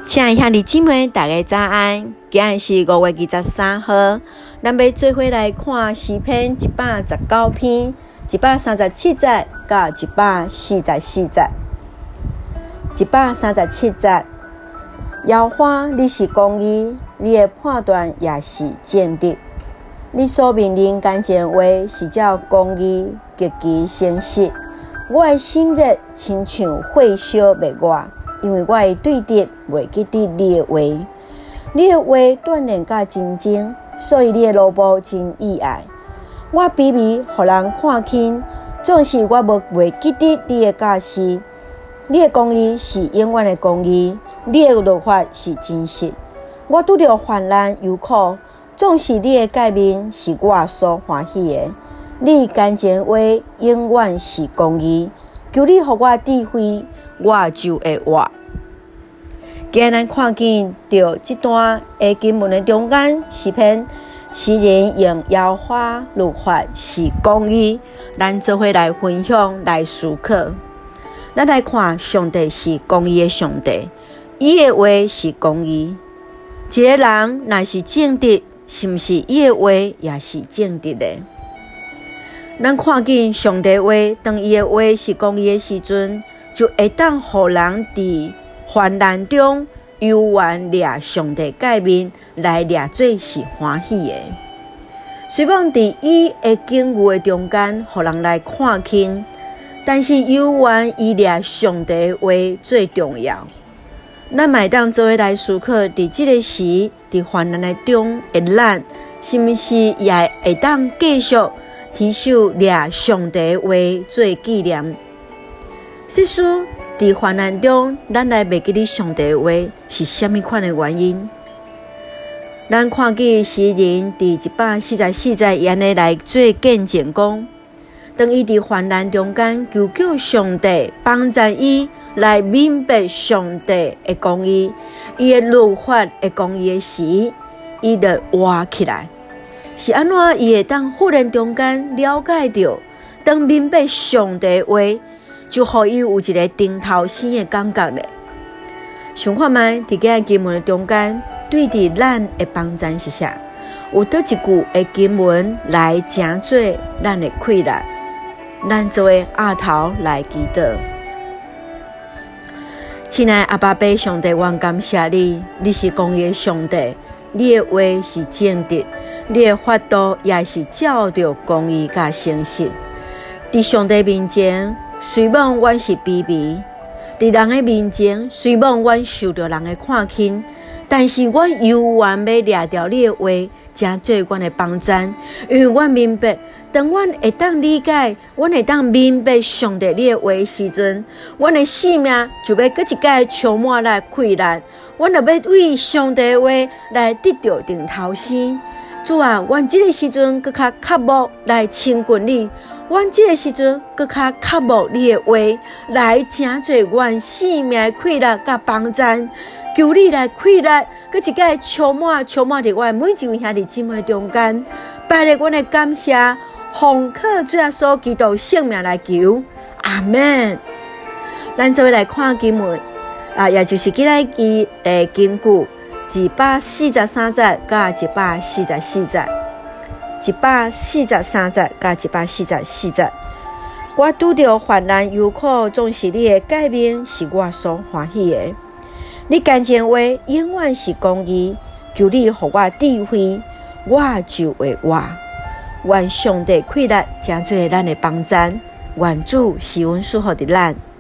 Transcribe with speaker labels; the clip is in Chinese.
Speaker 1: 亲爱兄弟姊妹，大家早安！今日是5月23号，咱要做伙来看诗篇119篇137节到144节。137节，耶和华，你是公义，你的判断也是正直。你所命令干净话是照公义，极其诚实。我的心热亲像火烧灭我，因为我的对敌袂记得你的话。你的话锻炼甲真正，所以你的路步真意爱。我卑微，互人看轻，总是我袂记得你的教示。你的公义是永远的公义，你的律法是真实。我拄着患难忧苦，总是你的诫命是我所欢喜的。你干净话永远是公义，求你予我智慧，我就会活。今日咱看见到这段的经文的中间，诗篇诗人用耶和华律法是公义，咱做伙来分享来思考。咱来看上帝是公义的上帝，伊的话是公义。一个人若是正直，是毋是伊的话也是正直的？咱看见上帝话，当伊的话是公义的时阵，就会当互人伫患难中犹原抓上帝诫命来抓做是欢喜的。虽然伫伊的境遇的中间，互人来看轻，但是犹原伊抓上帝的话最重要。咱嘛会当做伙来思考，伫这个时，伫患难的中的咱，是毋是也会当继续提守抓上帝的话做纪念？实施伫患难中，咱来袂记得上帝的话是虾米款的原因？咱看见诗人伫144节安尼来做见证讲，当伊伫患难中间求救上帝帮助伊来明白上帝的公义，伊的律法的公义的时，伊就活起来。是安怎伊会当忽然中间了解到，当明白上帝的话，就互伊有一个定头生的感觉咧。想看卖伫今日经文的中间，对伫咱的帮助是啥？有倒一句的经文来成做咱的快乐？咱做伙额头来祈祷。亲爱的阿爸爸上帝，我感谢你，你是公义的上帝，你的话是正直，你的法度也是照着公义甲诚实。伫上帝面前，虽然阮是卑微；伫人的面前，虽然阮受到人的看轻，但是阮犹原要抓着你的话，真做阮的帮助，因为阮明白，当阮会当理解，阮会当明白上帝你的话的时阵，阮的生命就要搁一届充满来快乐，阮就要为上帝的话来得到定头生。主啊，阮这个时阵搁较渴慕来亲近你，阮这个时阵搁较渴慕你的话来成做阮生命的快乐甲帮助。求你来快乐，搁一届充满伫阮每一位兄弟姊妹中间，拜咧阮的感谢，奉靠主耶稣基督圣名来求，阿们。咱做伙来看经文也就是今日的经句，143节到144节，143节到144节。我拄着患难忧苦，总是你的诫命是我所欢喜的。你干净话永远是公义，求你予我智慧，我就会活。愿上帝快乐，成做咱的帮助，愿主施恩赐福伫咱。